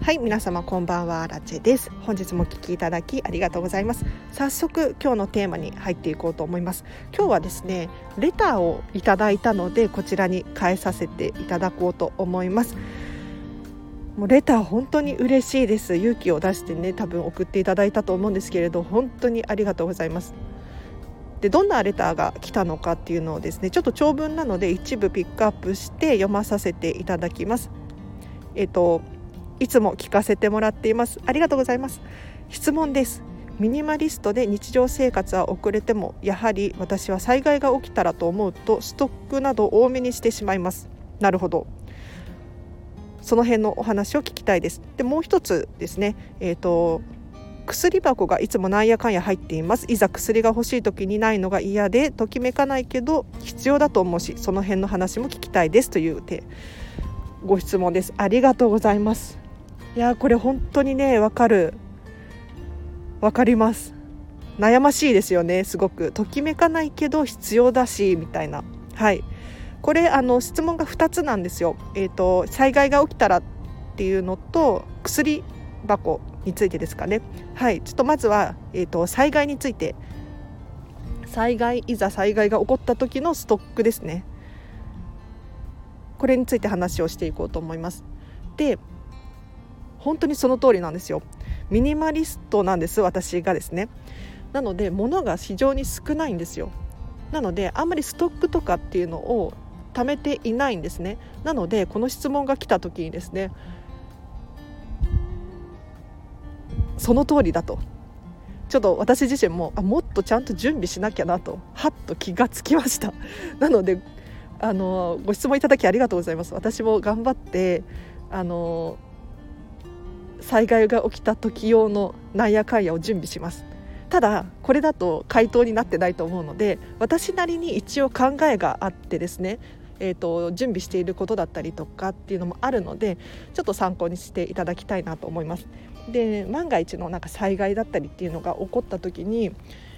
はい、皆様こんばんは、ラチェです。本日もお聞きいただきありがとうございます。早速今日のテーマに入っていこうと思います。今日はですね、レターをいただいたのでこちらに変えさせていただこうと思います。もうレター本当に嬉しいです。勇気を出してね、多分送っていただいたと思うんですけれど、本当にありがとうございます。で、どんなレターが来たのかっていうのをですね、ちょっと長文なので一部ピックアップして読まさせていただきます。いつも聞かせてもらっています。ありがとうございます。質問です。ミニマリストで日常生活は遅れても、やはり私は災害が起きたらと思うとストックなど多めにしてしまいます。なるほど。その辺のお話を聞きたいです。で、もう一つですね、薬箱がいつもなんやかんや入っています。いざ薬が欲しい時にないのが嫌でときめかないけど必要だと思うし、その辺の話も聞きたいですというご質問です。ありがとうございます。いや、これ本当にね、わかります。悩ましいですよね。すごくときめかないけど必要だしみたいな。はい、これ質問が2つなんですよ。災害が起きたらっていうのと薬箱についてですかね。はい、ちょっとまずは、災害について、いざ災害が起こった時のストックですね。これについて話をしていこうと思います。で、本当にその通りなんですよ。ミニマリストなんです、私がですね。なので物が非常に少ないんですよ。なのであんまりストックとかっていうのを貯めていないんですね。なのでこの質問が来た時にですね、その通りだと、ちょっと私自身ももっとちゃんと準備しなきゃなとはっと気がつきました。なのでご質問いただきありがとうございます。私も頑張って災害が起きた時用のなんやかんやを準備します。ただこれだと回答になってないと思うので、私なりに一応考えがあってですね、準備していることだったりとかっていうのもあるので、ちょっと参考にしていただきたいなと思います。で、万が一の災害だったりっていうのが起こった時に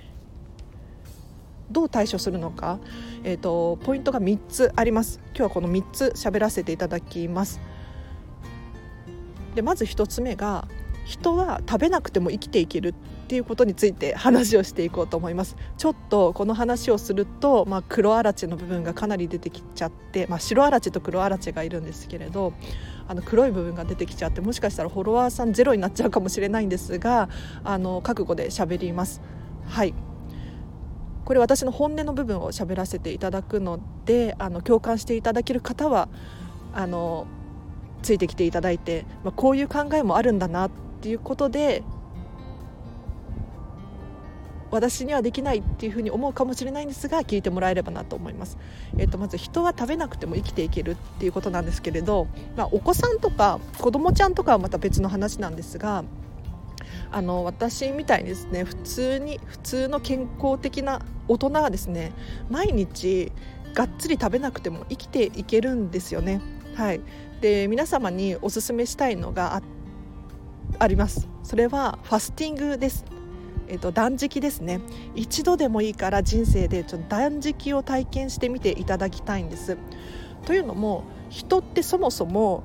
どう対処するのか、ポイントが3つあります。今日はこの3つ喋らせていただきます。で、まず1つ目が、人は食べなくても生きていけるっていうことについて話をしていこうと思います。ちょっとこの話をすると、黒あらちの部分がかなり出てきちゃって、白あらちと黒あらちがいるんですけれど、黒い部分が出てきちゃって、もしかしたらフォロワーさんゼロになっちゃうかもしれないんですが、覚悟で喋ります。はい、これ私の本音の部分を喋らせていただくので、共感していただける方はついてきていただいて、こういう考えもあるんだなっていうことで、私にはできないっていうふうに思うかもしれないんですが、聞いてもらえればなと思います。まず人は食べなくても生きていけるっていうことなんですけれど、お子さんとか子供ちゃんとかはまた別の話なんですが、私みたいにですね、普通の健康的な大人はですね、毎日がっつり食べなくても生きていけるんですよね。はい、で、皆様におすすめしたいのがあります。それはファスティングです。断食ですね。一度でもいいから人生でちょっと断食を体験してみていただきたいんです。というのも、人ってそもそも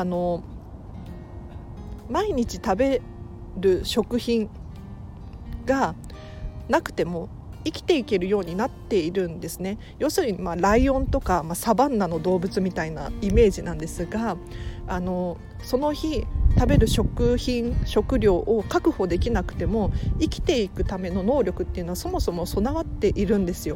毎日食べる食品がなくても生きていけるようになっているんですね。要するにライオンとか、サバンナの動物みたいなイメージなんですが、その日食べる食料を確保できなくても生きていくための能力っていうのはそもそも備わっているんですよ。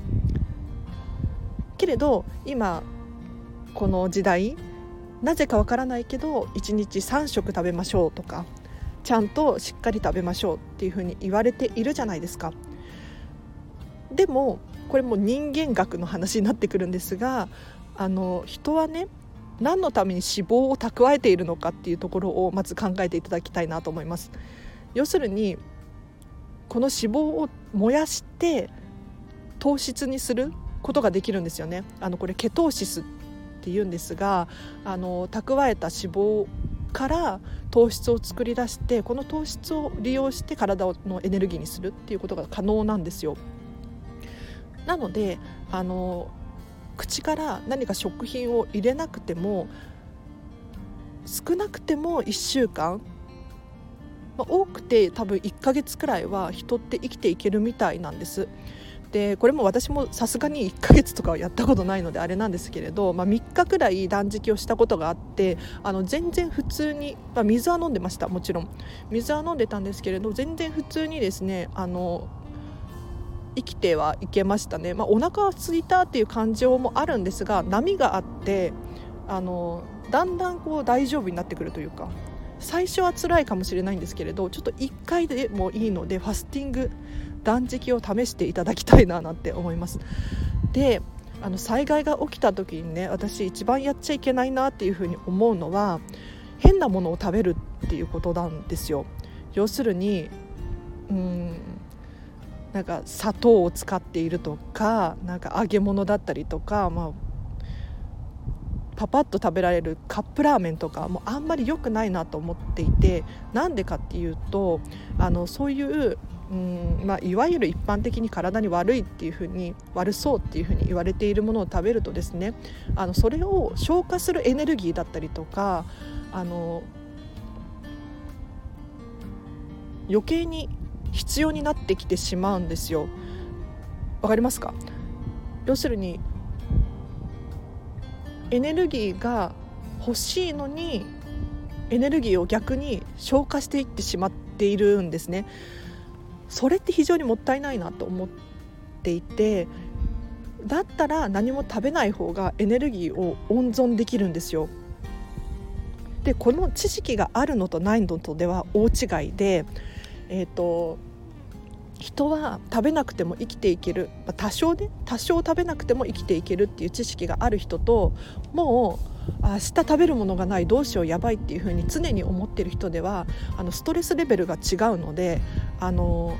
けれど今この時代、なぜかわからないけど1日3食食べましょうとか、ちゃんとしっかり食べましょうっていうふうに言われているじゃないですか。でもこれも人間学の話になってくるんですが、人はね、何のために脂肪を蓄えているのかっていうところをまず考えていただきたいなと思います。要するにこの脂肪を燃やして糖質にすることができるんですよね。これケトーシスっていうんですが、蓄えた脂肪から糖質を作り出して、この糖質を利用して体のエネルギーにするっていうことが可能なんですよ。なので口から何か食品を入れなくても少なくても1週間、多くて多分1ヶ月くらいは人って生きていけるみたいなんです。でこれも私もさすがに1ヶ月とかはやったことないのであれなんですけれど、3日くらい断食をしたことがあって、全然普通に、水は飲んでました。もちろん水は飲んでたんですけれど、全然普通にですね生きてはいけましたね。お腹は空いたっていう感情もあるんですが、波があってだんだんこう大丈夫になってくるというか、最初は辛いかもしれないんですけれど、ちょっと1回でもいいのでファスティング断食を試していただきたいななんて思います。で災害が起きた時にね、私一番やっちゃいけないなっていうふうに思うのは、変なものを食べるっていうことなんですよ。要するになんか砂糖を使っているとか、なんか揚げ物だったりとか、パパッと食べられるカップラーメンとかもあんまり良くないなと思っていて、なんでかっていうとそういういわゆる一般的に体に悪いっていうふうに、悪そうっていうふうに言われているものを食べるとですね、それを消化するエネルギーだったりとか余計に必要になってきてしまうんですよ。わかりますか？要するにエネルギーが欲しいのに、エネルギーを逆に消化していってしまっているんですね。それって非常にもったいないなと思っていて、だったら何も食べない方がエネルギーを温存できるんですよ。でこの知識があるのとないのとでは大違いで、人は食べなくても生きていける、多少食べなくても生きていけるっていう知識がある人と、もう明日食べるものがない、どうしようやばいっていう風に常に思っている人ではストレスレベルが違うので、同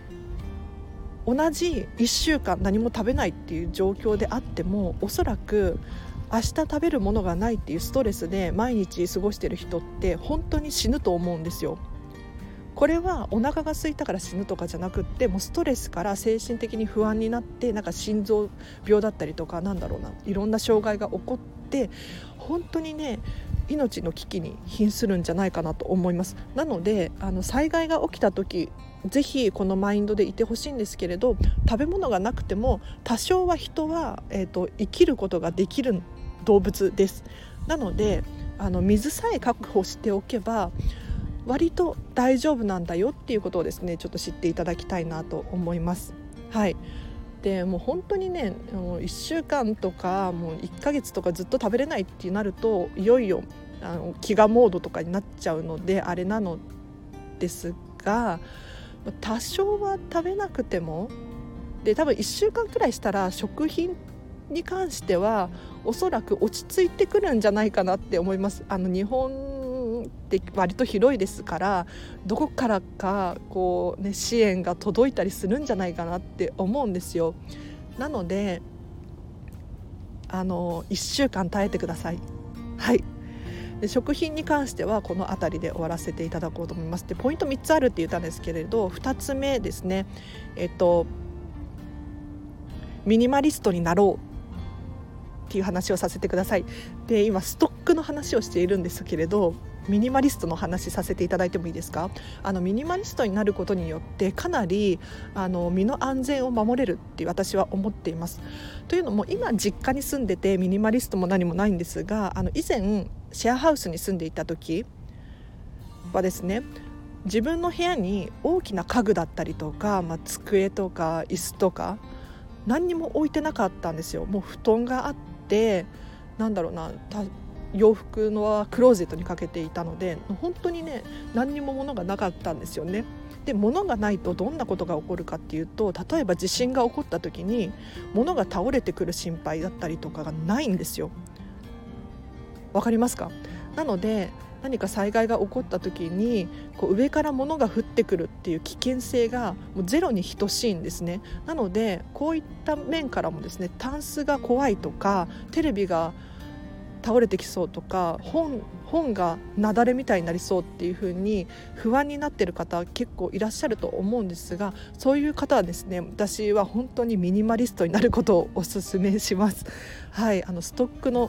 じ1週間何も食べないっていう状況であっても、おそらく明日食べるものがないっていうストレスで毎日過ごしている人って本当に死ぬと思うんですよ。これはお腹が空いたから死ぬとかじゃなくって、もうストレスから精神的に不安になって、なんか心臓病だったりとか、いろんな障害が起こって、本当にね命の危機に瀕するんじゃないかなと思います。なので災害が起きた時、ぜひこのマインドでいてほしいんですけれど、食べ物がなくても多少は人は、生きることができる動物です。なので水さえ確保しておけば割と大丈夫なんだよっていうことをですね、ちょっと知っていただきたいなと思います。はい。でもう本当にね、1週間とかもう1ヶ月とかずっと食べれないってなると、いよいよ飢餓モードとかになっちゃうのであれなのですが、多少は食べなくても、で多分1週間くらいしたら食品に関してはおそらく落ち着いてくるんじゃないかなって思います。日本って割と広いですから、どこからか支援が届いたりするんじゃないかなって思うんですよ。なので1週間耐えてください。はい。で食品に関してはこの辺りで終わらせていただこうと思います。でポイント3つあるって言ったんですけれど、2つ目ですね、ミニマリストになろうっていう話をさせてください。で今ストックの話をしているんですけれど、ミニマリストの話させていただいてもいいですか？ミニマリストになることによってかなり身の安全を守れるって私は思っています。というのも今実家に住んでてミニマリストも何もないんですが、以前シェアハウスに住んでいた時はですね、自分の部屋に大きな家具だったりとか、机とか椅子とか何にも置いてなかったんですよ。もう布団があって、洋服のクローゼットにかけていたので、本当にね何にも物がなかったんですよね。で物がないとどんなことが起こるかっていうと、例えば地震が起こった時に物が倒れてくる心配だったりとかがないんですよ。わかりますか？なので何か災害が起こった時に上から物が降ってくるっていう危険性がもうゼロに等しいんですね。なのでこういった面からもですね、タンスが怖いとか、テレビが倒れてきそうとか、本が雪崩みたいになりそうっていう風に不安になっている方結構いらっしゃると思うんですが、そういう方はですね、私は本当にミニマリストになることをお勧めします。はい。ストックの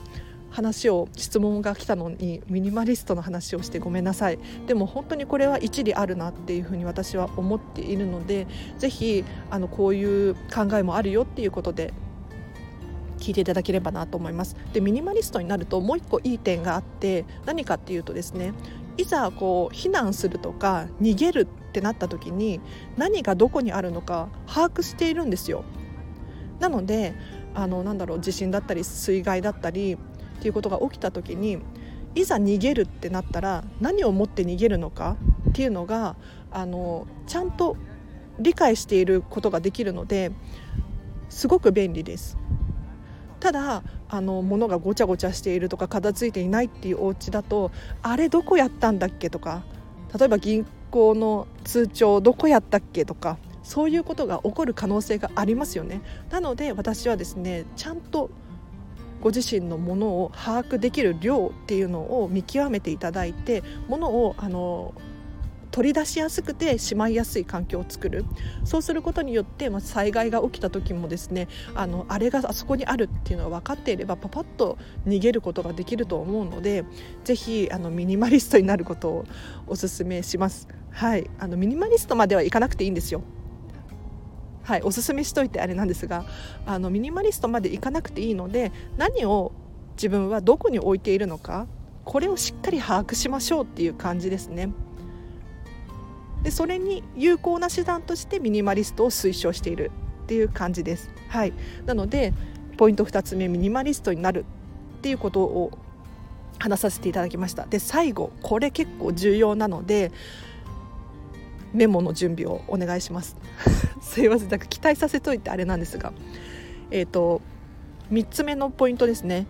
質問が来たのにミニマリストの話をしてごめんなさい。でも本当にこれは一理あるなっていうふうに私は思っているので、ぜひこういう考えもあるよっていうことで聞いていただければなと思います。でミニマリストになるともう一個いい点があって、何かっていうとですね、いざ避難するとか逃げるってなった時に何がどこにあるのか把握しているんですよ。なので地震だったり水害だったりっていうことが起きた時に、いざ逃げるってなったら何を持って逃げるのかっていうのがちゃんと理解していることができるのですごく便利です。ただ物がごちゃごちゃしているとか片付いていないっていうお家だと、あれどこやったんだっけとか、例えば銀行の通帳どこやったっけとか、そういうことが起こる可能性がありますよね。なので私はですね、ちゃんとご自身のものを把握できる量っていうのを見極めていただいて、ものを取り出しやすくてしまいやすい環境を作る。そうすることによって、災害が起きた時もですね、あれがあそこにあるっていうのが分かっていればパパッと逃げることができると思うので、ぜひミニマリストになることをお勧めします。はい、ミニマリストまではいかなくていいんですよ。はい、おすすめしといてあれなんですが、ミニマリストまでいかなくていいので、何を自分はどこに置いているのか、これをしっかり把握しましょうっていう感じですね。でそれに有効な手段としてミニマリストを推奨しているっていう感じです。はい、なのでポイント2つ目、ミニマリストになるっていうことを話させていただきました。で最後、これ結構重要なのでメモの準備をお願いしますすいません、期待させといてあれなんですが、3つ目のポイントですね。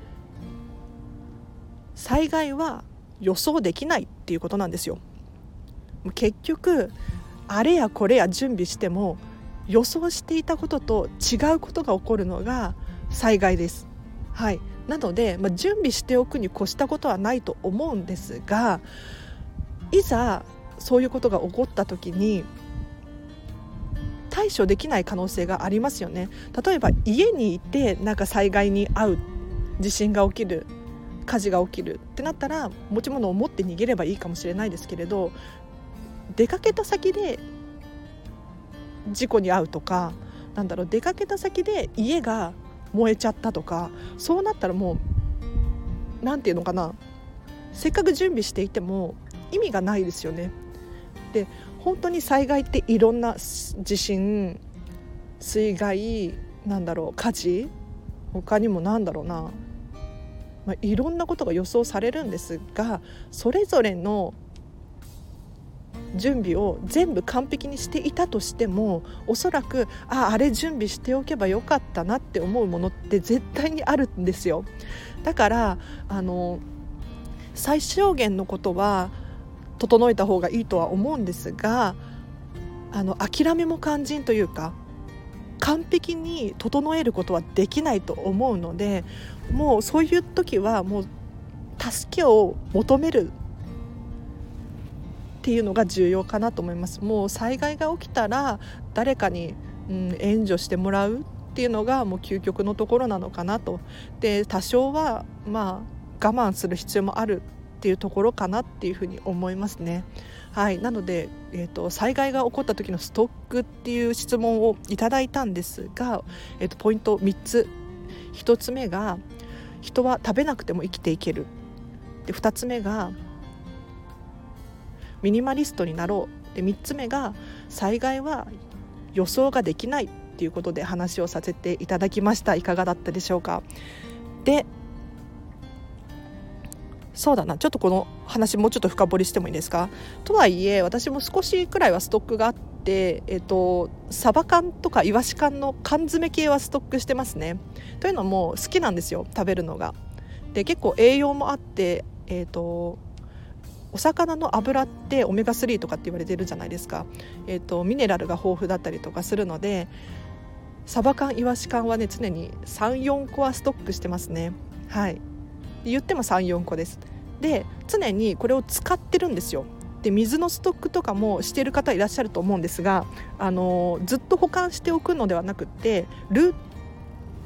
災害は予想できないっていうことなんですよ。結局あれやこれや準備しても予想していたことと違うことが起こるのが災害です。はい、なので、準備しておくに越したことはないと思うんですが、いざそういうことが起こった時に対処できない可能性がありますよね。例えば家にいて災害に遭う、地震が起きる、火事が起きるってなったら持ち物を持って逃げればいいかもしれないですけれど、出かけた先で事故に遭うとか、出かけた先で家が燃えちゃったとか、そうなったらもうせっかく準備していても意味がないですよね。で本当に災害っていろんな地震、水害、火事、他にもいろんなことが予想されるんですが、それぞれの準備を全部完璧にしていたとしても、おそらくあれ準備しておけばよかったなって思うものって絶対にあるんですよ。だから最小限のことは整えた方がいいとは思うんですが、諦めも肝心というか、完璧に整えることはできないと思うので、もうそういう時はもう助けを求めるっていうのが重要かなと思います。もう災害が起きたら誰かに、援助してもらうっていうのがもう究極のところなのかなと。で多少は我慢する必要もあるっていうところかなっていうふうに思いますね。はい、なので、災害が起こった時のストックっていう質問をいただいたんですが、ポイント3つ。1つ目が人は食べなくても生きていける。で2つ目がミニマリストになろう。で3つ目が災害は予想ができないっていうことで話をさせていただきました。いかがだったでしょうか。でそうだな、ちょっとこの話もうちょっと深掘りしてもいいですか。とはいえ私も少しくらいはストックがあって、サバ缶とかイワシ缶の缶詰系はストックしてますね。というのも好きなんですよ、食べるのが。で結構栄養もあって、お魚の油ってオメガ3とかって言われてるじゃないですか。ミネラルが豊富だったりとかするので、サバ缶イワシ缶はね常に 3,4 個はストックしてますね。はい、言っても 3,4 個です。で常にこれを使ってるんですよ。で水のストックとかもしている方いらっしゃると思うんですが、ずっと保管しておくのではなくって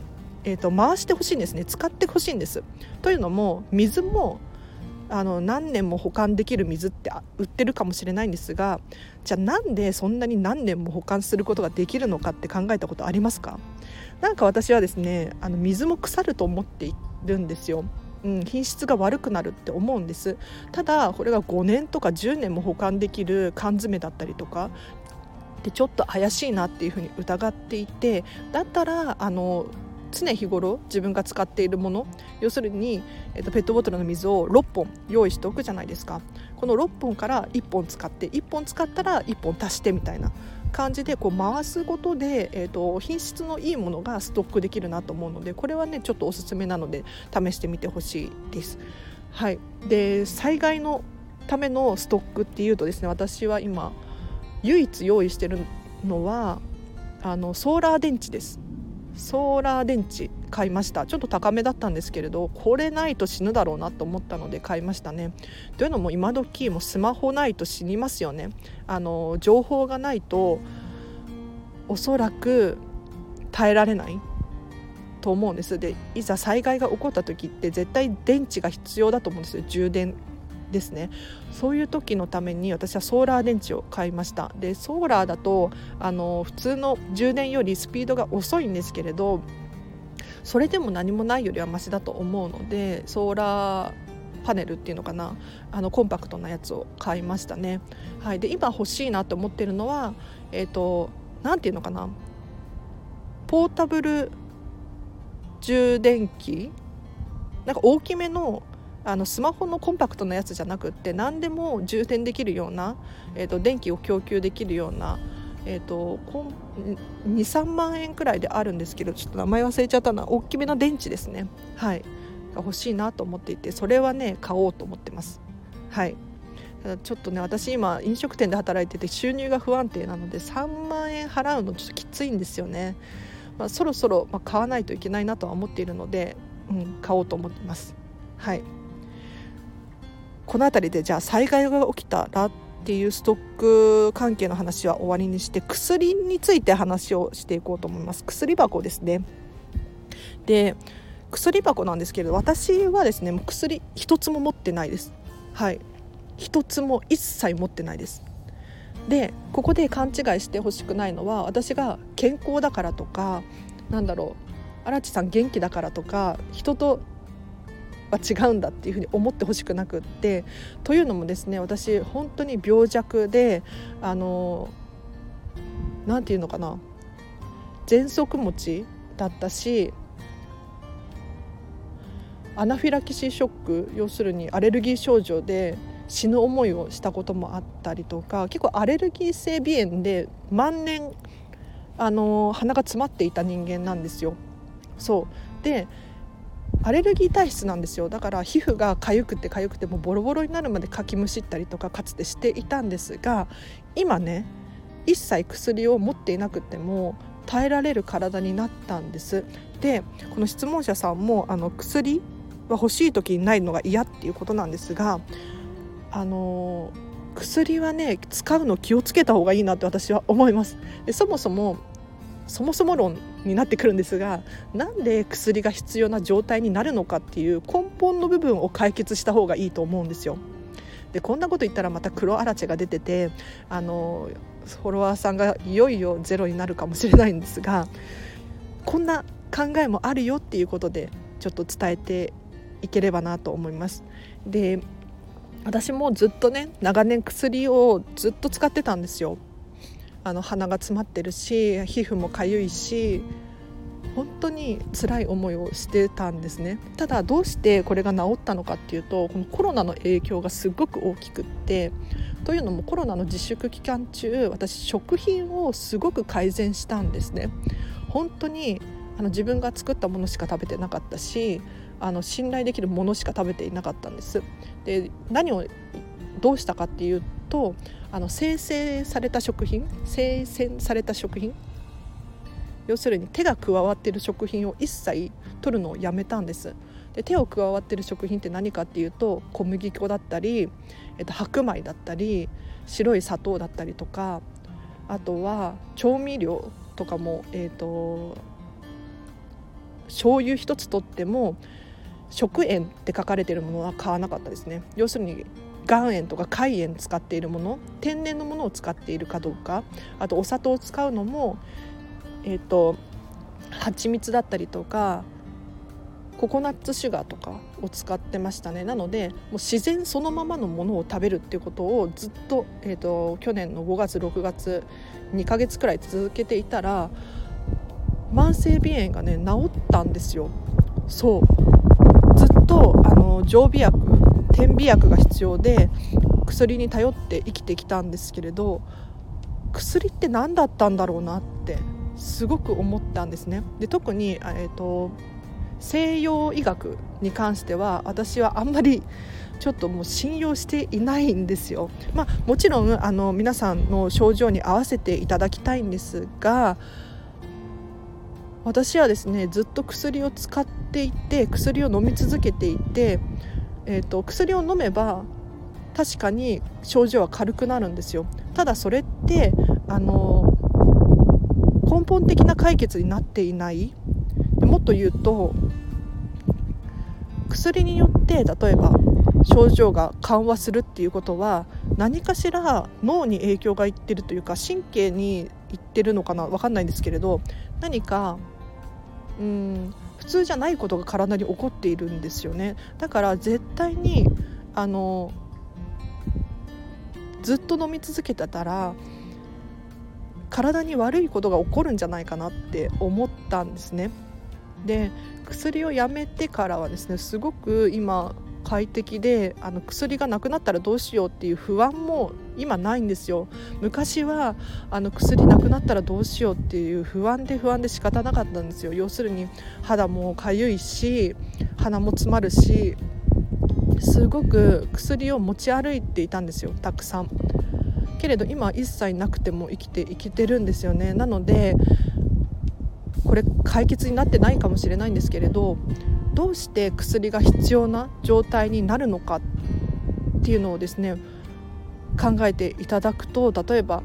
回してほしいんですね。使ってほしいんです。というのも水も何年も保管できる水って売ってるかもしれないんですが、じゃあなんでそんなに何年も保管することができるのかって考えたことありますか？なんか私はですね、水も腐ると思っているんですよ。品質が悪くなるって思うんです。ただこれが5年とか10年も保管できる缶詰だったりとかでちょっと怪しいなっていうふうに疑っていて、だったら常日頃自分が使っているもの、要するに、ペットボトルの水を6本用意しておくじゃないですか。この6本から1本使って1本使ったら1本足してみたいな感じでこう回すことで、品質のいいものがストックできるなと思うので、これはねちょっとおすすめなので試してみてほしいです。はい、で災害のためのストックっていうとですね、私は今唯一用意しているのはソーラー電池です。ソーラー電池買いました。ちょっと高めだったんですけれど、これないと死ぬだろうなと思ったので買いましたね。というのも今時もスマホないと死にますよね。情報がないとおそらく耐えられないと思うんです。でいざ災害が起こった時って絶対電池が必要だと思うんですよ。充電ですね。そういう時のために私はソーラー電池を買いました。でソーラーだと普通の充電よりスピードが遅いんですけれど、それでも何もないよりはマシだと思うので、ソーラーパネルっていうのかな、コンパクトなやつを買いましたね。はい、で今欲しいなと思ってるのはなんていうのかな、ポータブル充電器、なんか大きめのスマホのコンパクトなやつじゃなくって何でも充電できるような、電気を供給できるような、2、3万円くらいであるんですけど、ちょっと名前忘れちゃったな、大きめの電池ですね。はい、が欲しいなと思っていて、それはね買おうと思ってます。はい、ただちょっとね私今飲食店で働いてて収入が不安定なので3万円払うのちょっときついんですよね。そろそろ買わないといけないなとは思っているので、買おうと思ってます。はい、このあたりでじゃあ災害が起きたらっていうストック関係の話は終わりにして、薬について話をしていこうと思います。薬箱ですね。で薬箱なんですけれど、私はですねもう薬一つも持ってないです。はい、一つも一切持ってないです。でここで勘違いしてほしくないのは、私が健康だからとか、荒地さん元気だからとか人とは違うんだっていうふうに思ってほしくなくって、というのもですね、私本当に病弱でなんていうのかな、喘息持ちだったし、アナフィラキシーショック、要するにアレルギー症状で死ぬ思いをしたこともあったりとか、結構アレルギー性鼻炎で万年鼻が詰まっていた人間なんですよ。そうでアレルギー体質なんですよ。だから皮膚が痒くてもうボロボロになるまでかきむしったりとかかつてしていたんですが、今ね一切薬を持っていなくても耐えられる体になったんです。でこの質問者さんも薬は欲しい時にないのが嫌っていうことなんですが、薬はね使うの気をつけた方がいいなって私は思います。でそもそも論になってくるんですが、なんで薬が必要な状態になるのかっていう根本の部分を解決した方がいいと思うんですよ。でこんなこと言ったらまた黒あらちが出ててフォロワーさんがいよいよゼロになるかもしれないんですが、こんな考えもあるよっていうことでちょっと伝えていければなと思います。で私もずっとね長年薬をずっと使ってたんですよ。鼻が詰まってるし皮膚もかゆいし本当に辛い思いをしてたんですね。ただどうしてこれが治ったのかっていうと、このコロナの影響がすごく大きくって、というのもコロナの自粛期間中私食品をすごく改善したんですね。本当に自分が作ったものしか食べてなかったし、信頼できるものしか食べていなかったんです。で何をどうしたかっていうと、生鮮された食品、要するに手が加わっている食品を一切取るのをやめたんです。で手を加わっている食品って何かっていうと、小麦粉だったり、白米だったり白い砂糖だったりとか、あとは調味料とかも、 醤油一つとっても食塩って書かれているものは買わなかったですね。要するに岩塩とか海塩使っているもの、天然のものを使っているかどうか、あとお砂糖を使うのも蜂蜜だったりとかココナッツシュガーとかを使ってましたね。なのでもう自然そのままのものを食べるっていうことをずっと、去年の5月6月2ヶ月くらい続けていたら慢性鼻炎がね治ったんですよ。そうずっと常備薬、点鼻薬が必要で薬に頼って生きてきたんですけれど、薬って何だったんだろうなってすごく思ったんですね。で特に、西洋医学に関しては私はあんまりちょっともう信用していないんですよ。もちろん皆さんの症状に合わせていただきたいんですが、私はですねずっと薬を使っていて薬を飲み続けていて、薬を飲めば確かに症状は軽くなるんですよ。ただそれって根本的な解決になっていない。もっと言うと薬によって例えば症状が緩和するっていうことは何かしら脳に影響がいってるというか神経にいってるのかな、分かんないんですけれど、何か普通じゃないことが体に起こっているんですよね。だから絶対にずっと飲み続けてたら体に悪いことが起こるんじゃないかなって思ったんですね。で薬をやめてからはですねすごく今快適で薬がなくなったらどうしようっていう不安も今ないんですよ。昔は薬なくなったらどうしようっていう不安で仕方なかったんですよ。要するに肌もかゆいし鼻も詰まるしすごく薬を持ち歩いていたんですよ、たくさん。けれど今一切なくても生きてるんですよね。なのでこれ解決になってないかもしれないんですけれど、どうして薬が必要な状態になるのかっていうのをですね考えていただくと、例えば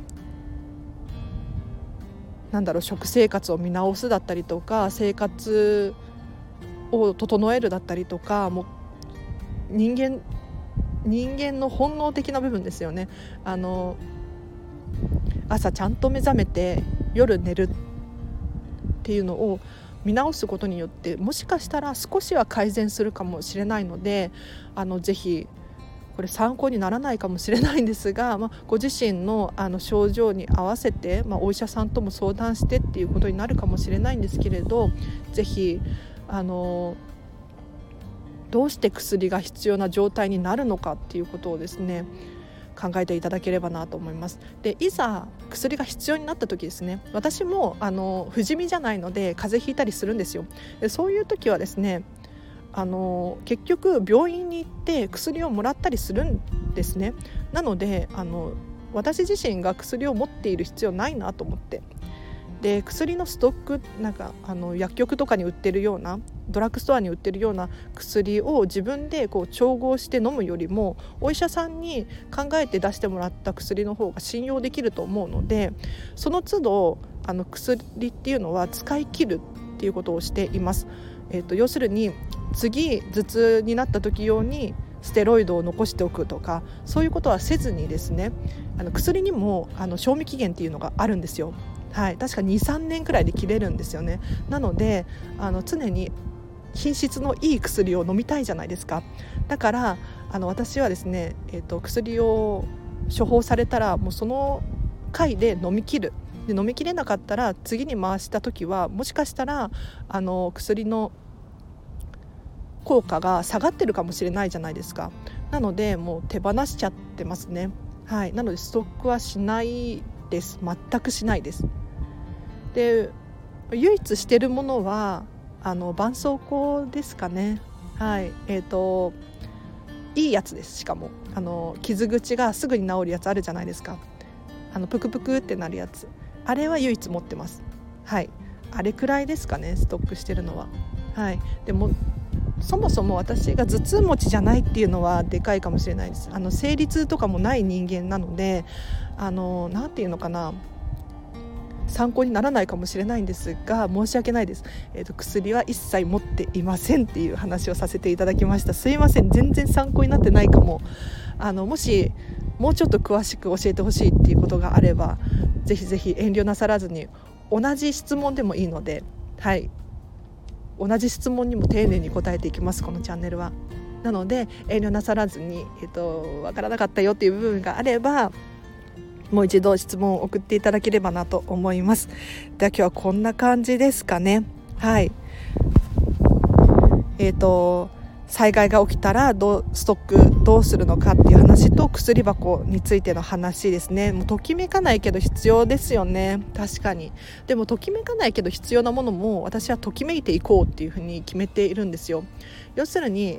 食生活を見直すだったりとか生活を整えるだったりとか、もう人間の本能的な部分ですよね。朝ちゃんと目覚めて夜寝るっていうのを見直すことによってもしかしたら少しは改善するかもしれないので、ぜひこれ参考にならないかもしれないんですが、ご自身の症状に合わせて、お医者さんとも相談してっていうことになるかもしれないんですけれど、ぜひどうして薬が必要な状態になるのかっていうことをですね考えていただければなと思います。でいざ薬が必要になった時ですね、私も不死身じゃないので風邪ひいたりするんですよ。でそういう時はですね結局病院に行って薬をもらったりするんですね。なので私自身が薬を持っている必要ないなと思って、で薬のストック薬局とかに売ってるようなドラッグストアに売ってるような薬を自分で調合して飲むよりもお医者さんに考えて出してもらった薬の方が信用できると思うので、その都度薬っていうのは使い切るっていうことをしています。要するに次頭痛になった時用にステロイドを残しておくとかそういうことはせずにですね、薬にも賞味期限っていうのがあるんですよ。確か 2,3 年くらいで切れるんですよね。なので常に品質のいい薬を飲みたいじゃないですか。だから私はですね、薬を処方されたらもうその回で飲み切る。で飲み切れなかったら次に回した時はもしかしたら薬の効果が下がってるかもしれないじゃないですか。なのでもう手放しちゃってますね。なのでストックはしないです。全くしないです。で唯一してるものは絆創膏ですかね。いいやつです。しかも傷口がすぐに治るやつあるじゃないですか。プクプクってなるやつ、あれは唯一持ってます。あれくらいですかね、ストックしてるのは。でもそもそも私が頭痛持ちじゃないっていうのはでかいかもしれないです。生理痛とかもない人間なのでなんていうのかな、 参考にならないかもしれないんですが、申し訳ないです、薬は一切持っていませんっていう話をさせていただきました。すいません、全然参考になってないかも。もしもうちょっと詳しく教えてほしいっていうことがあれば、ぜひぜひ遠慮なさらずに、同じ質問でもいいので、はい、同じ質問にも丁寧に答えていきます、このチャンネルは。なので遠慮なさらずに、わからなかったよっていう部分があれば、もう一度質問を送っていただければなと思います。では今日はこんな感じですかね。はい。災害が起きたらストックどうするのかっていう話と、薬箱についての話ですね。もうときめかないけど必要ですよね。確かに。でもときめかないけど必要なものも、私はときめいていこうっていうふうに決めているんですよ。要するに、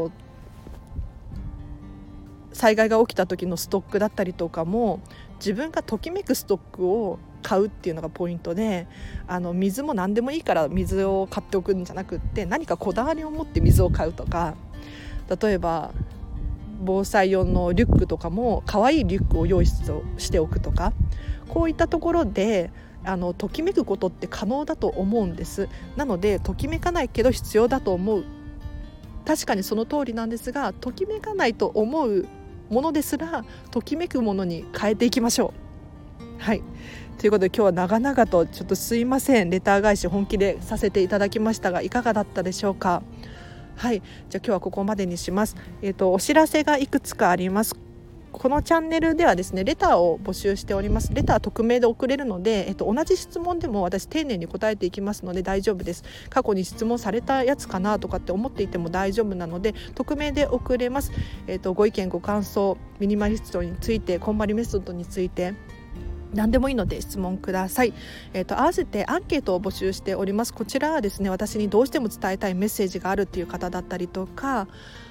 災害が起きた時のストックだったりとかも、自分がときめくストックを買うっていうのがポイントで、水も何でもいいから水を買っておくんじゃなくって、何かこだわりを持って水を買うとか、例えば防災用のリュックとかも可愛いリュックを用意しておくとか、こういったところでときめくことって可能だと思うんです。なのでときめかないけど必要だと思う、確かにその通りなんですが、ときめかないと思うものですらときめくものに変えていきましょう。はい、ということで今日は長々とちょっとすいません、レター返し本気でさせていただきましたが、いかがだったでしょうか。はい、じゃあ今日はここまでにします。お知らせがいくつかあります。このチャンネルではですね、レターを募集しております。レター匿名で送れるので、同じ質問でも私丁寧に答えていきますので大丈夫です。過去に質問されたやつかなとかって思っていても大丈夫なので、匿名で送れます。ご意見ご感想、ミニマリストについて、こんまりメソッドについて、何でもいいので質問ください。合わせてアンケートを募集しております。こちらはですね、私にどうしても伝えたいメッセージがあるっていう方だったりとか、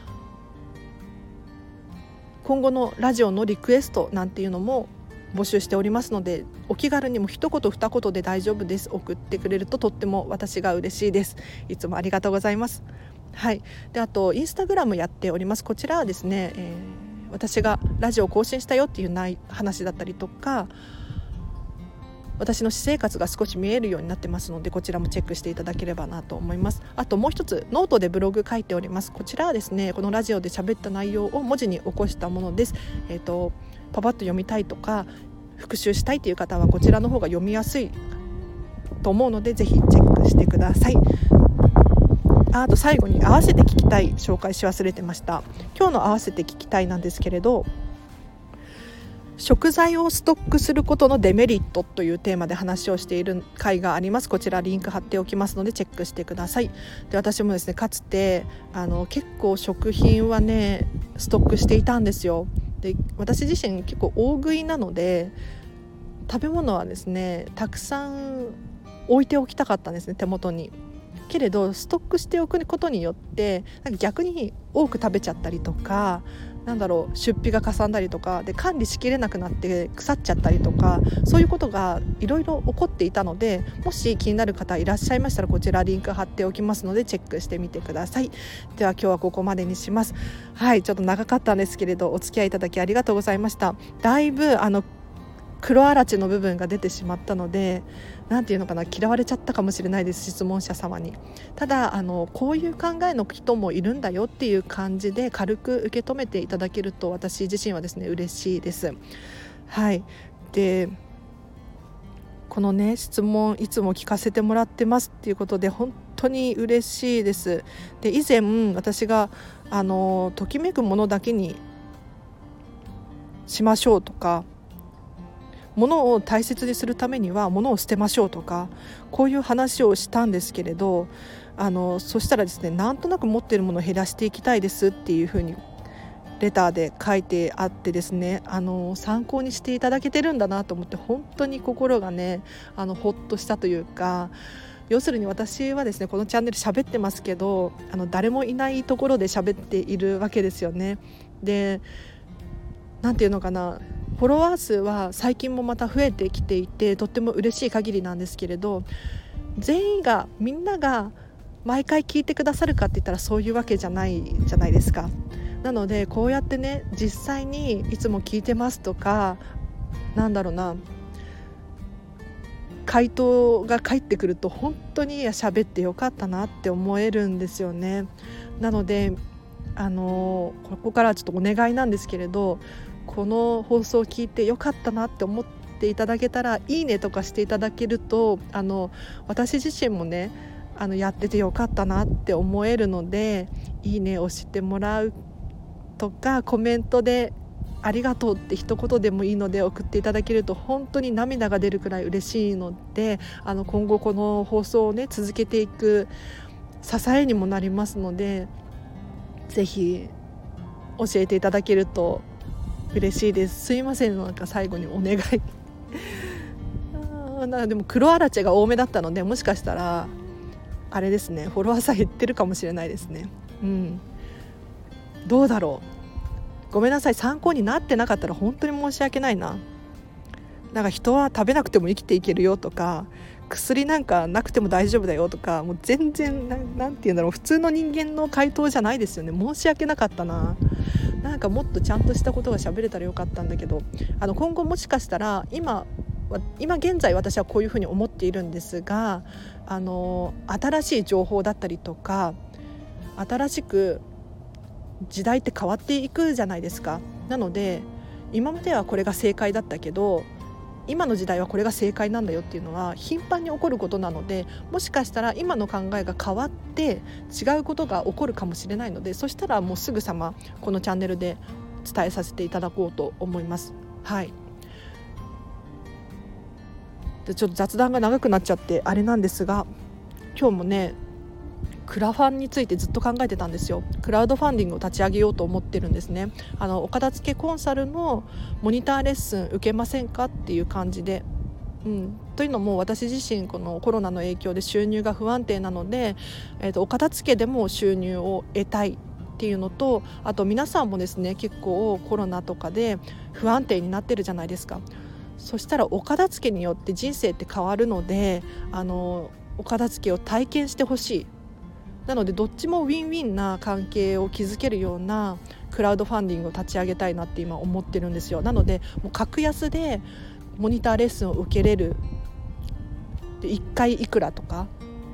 今後のラジオのリクエストなんていうのも募集しておりますので、お気軽にも一言二言で大丈夫です。送ってくれるととっても私が嬉しいです。いつもありがとうございます。はい、であとインスタグラムやっております。こちらはですね、私がラジオ更新したよっていう話だったりとか、私の私生活が少し見えるようになってますので、こちらもチェックしていただければなと思います。あともう一つ、ノートでブログ書いております。こちらはですね、このラジオで喋った内容を文字に起こしたものです。パパッと読みたいとか復習したいという方はこちらの方が読みやすいと思うので、ぜひチェックしてください。あと最後に合わせて聞きたい紹介し忘れてました。今日の合わせて聞きたいなんですけれど、食材をストックすることのデメリットというテーマで話をしている回があります。こちらリンク貼っておきますのでチェックしてください。で、私もですね、かつて結構食品はねストックしていたんですよ。で、私自身結構大食いなので、食べ物はですねたくさん置いておきたかったんですね、手元に。けれどストックしておくことによって逆に多く食べちゃったりとか、出費がかさんだりとかで、管理しきれなくなって腐っちゃったりとか、そういうことがいろいろ起こっていたので、もし気になる方いらっしゃいましたら、こちらリンク貼っておきますのでチェックしてみてください。では今日はここまでにします。はい、ちょっと長かったんですけれど、お付き合いいただきありがとうございました。だいぶ黒あらちの部分が出てしまったので、なんていうのかな、嫌われちゃったかもしれないです、質問者様に。ただこういう考えの人もいるんだよっていう感じで軽く受け止めていただけると、私自身はですね嬉しいです。はい、でこのね質問いつも聞かせてもらってますっていうことで本当に嬉しいです。で、以前私がときめくものだけにしましょうとか、物を大切にするためには物を捨てましょうとか、こういう話をしたんですけれど、そしたらですね、なんとなく持っているものを減らしていきたいですっていうふうにレターで書いてあってですね、参考にしていただけてるんだなと思って、本当に心がねほっとしたというか、要するに私はですね、このチャンネル喋ってますけど、誰もいないところで喋っているわけですよね。で、なんていうのかな、フォロワー数は最近もまた増えてきていて、とっても嬉しい限りなんですけれど、全員がみんなが毎回聞いてくださるかって言ったらそういうわけじゃないじゃないですか。なのでこうやってね、実際にいつも聞いてますとか、 回答が返ってくると本当に喋ってよかったなって思えるんですよね。なのでここからちょっとお願いなんですけれど、この放送を聞いてよかったなって思っていただけたらいいねとかしていただけると私自身もねやっててよかったなって思えるので、いいねをしてもらうとかコメントでありがとうって一言でもいいので送っていただけると本当に涙が出るくらい嬉しいので、今後この放送をね続けていく支えにもなりますので、ぜひ教えていただけると嬉しいです。すいません、なんか最後にお願いでも黒アラチェが多めだったので、もしかしたらあれですね、フォロワーさん減ってるかもしれないですね。どうだろう、ごめんなさい、参考になってなかったら本当に申し訳ないな。なんか人は食べなくても生きていけるよとか、薬なんかなくても大丈夫だよとか、もう全然なんて言うんだろう、普通の人間の回答じゃないですよね。申し訳なかったな。なんかもっとちゃんとしたことが喋れたらよかったんだけど、今後もしかしたら今現在私はこういうふうに思っているんですが、新しい情報だったりとか、新しく時代って変わっていくじゃないですか。なので今まではこれが正解だったけど、今の時代はこれが正解なんだよっていうのは頻繁に起こることなので、もしかしたら今の考えが変わって違うことが起こるかもしれないので、そしたらもうすぐさまこのチャンネルで伝えさせていただこうと思います。はい。でちょっと雑談が長くなっちゃってあれなんですが、今日もねクラファンについてずっと考えてたんですよ。クラウドファンディングを立ち上げようと思ってるんですね。お片付けコンサルのモニターレッスン受けませんかっていう感じで、というのも私自身このコロナの影響で収入が不安定なので、お片付けでも収入を得たいっていうのと、あと皆さんもですね結構コロナとかで不安定になってるじゃないですか。そしたらお片付けによって人生って変わるので、お片付けを体験してほしい。なのでどっちもウィンウィンな関係を築けるようなクラウドファンディングを立ち上げたいなって今思ってるんですよ。なのでもう格安でモニターレッスンを受けれるで1回いくらとか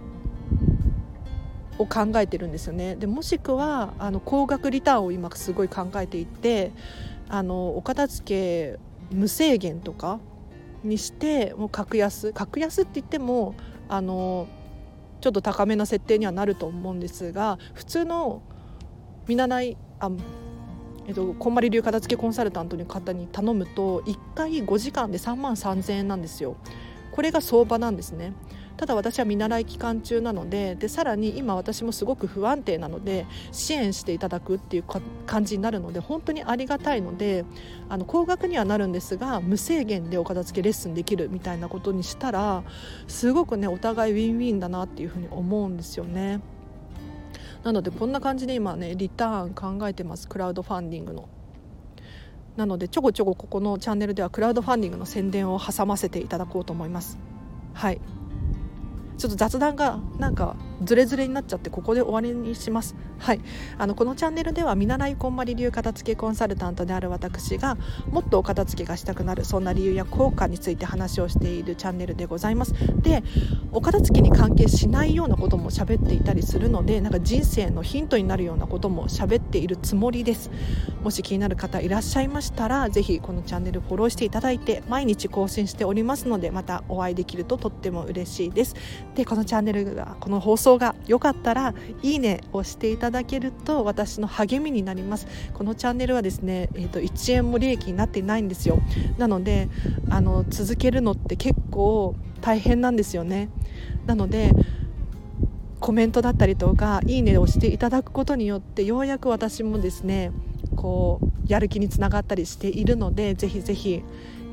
を考えてるんですよね。でもしくは高額リターンを今すごい考えていて、お片付け無制限とかにしてもう格安って言ってもちょっと高めな設定にはなると思うんですが、普通の見習いこんまり流片付けコンサルタントの方に頼むと1回5時間で33,000円なんですよ。これが相場なんですね。ただ私は見習い期間中なので、さらに今私もすごく不安定なので支援していただくっていう感じになるので本当にありがたいので、高額にはなるんですが無制限でお片付けレッスンできるみたいなことにしたらすごくねお互いウィンウィンだなっていうふうに思うんですよね。なのでこんな感じで今ねリターン考えてます、クラウドファンディングの。なのでちょこちょこここのチャンネルではクラウドファンディングの宣伝を挟ませていただこうと思います。はい、ちょっと雑談がなんかズレズレになっちゃってここで終わりにします。はい、このチャンネルでは見習いこんまり流片付けコンサルタントである私がもっとお片付けがしたくなるそんな理由や効果について話をしているチャンネルでございます。でお片付けに関係しないようなことも喋っていたりするので、なんか人生のヒントになるようなことも喋っているつもりです。もし気になる方いらっしゃいましたらぜひこのチャンネルフォローしていただいて、毎日更新しておりますのでまたお会いできるととっても嬉しいです。でこのチャンネルがこの放送が良かったらいいねをしていただけると私の励みになります。このチャンネルはですね、1円も利益になっていないんですよ。なので続けるのって結構大変なんですよね。なのでコメントだったりとかいいねをしていただくことによってようやく私もですねこうやる気につながったりしているので、ぜひぜひ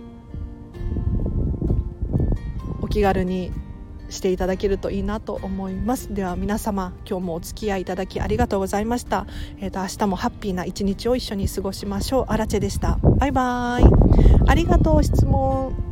お気軽にしていただけるといいなと思います。では皆様今日もお付き合いいただきありがとうございました。明日もハッピーな一日を一緒に過ごしましょう。アラチェでした。バイバイ。ありがとう。質問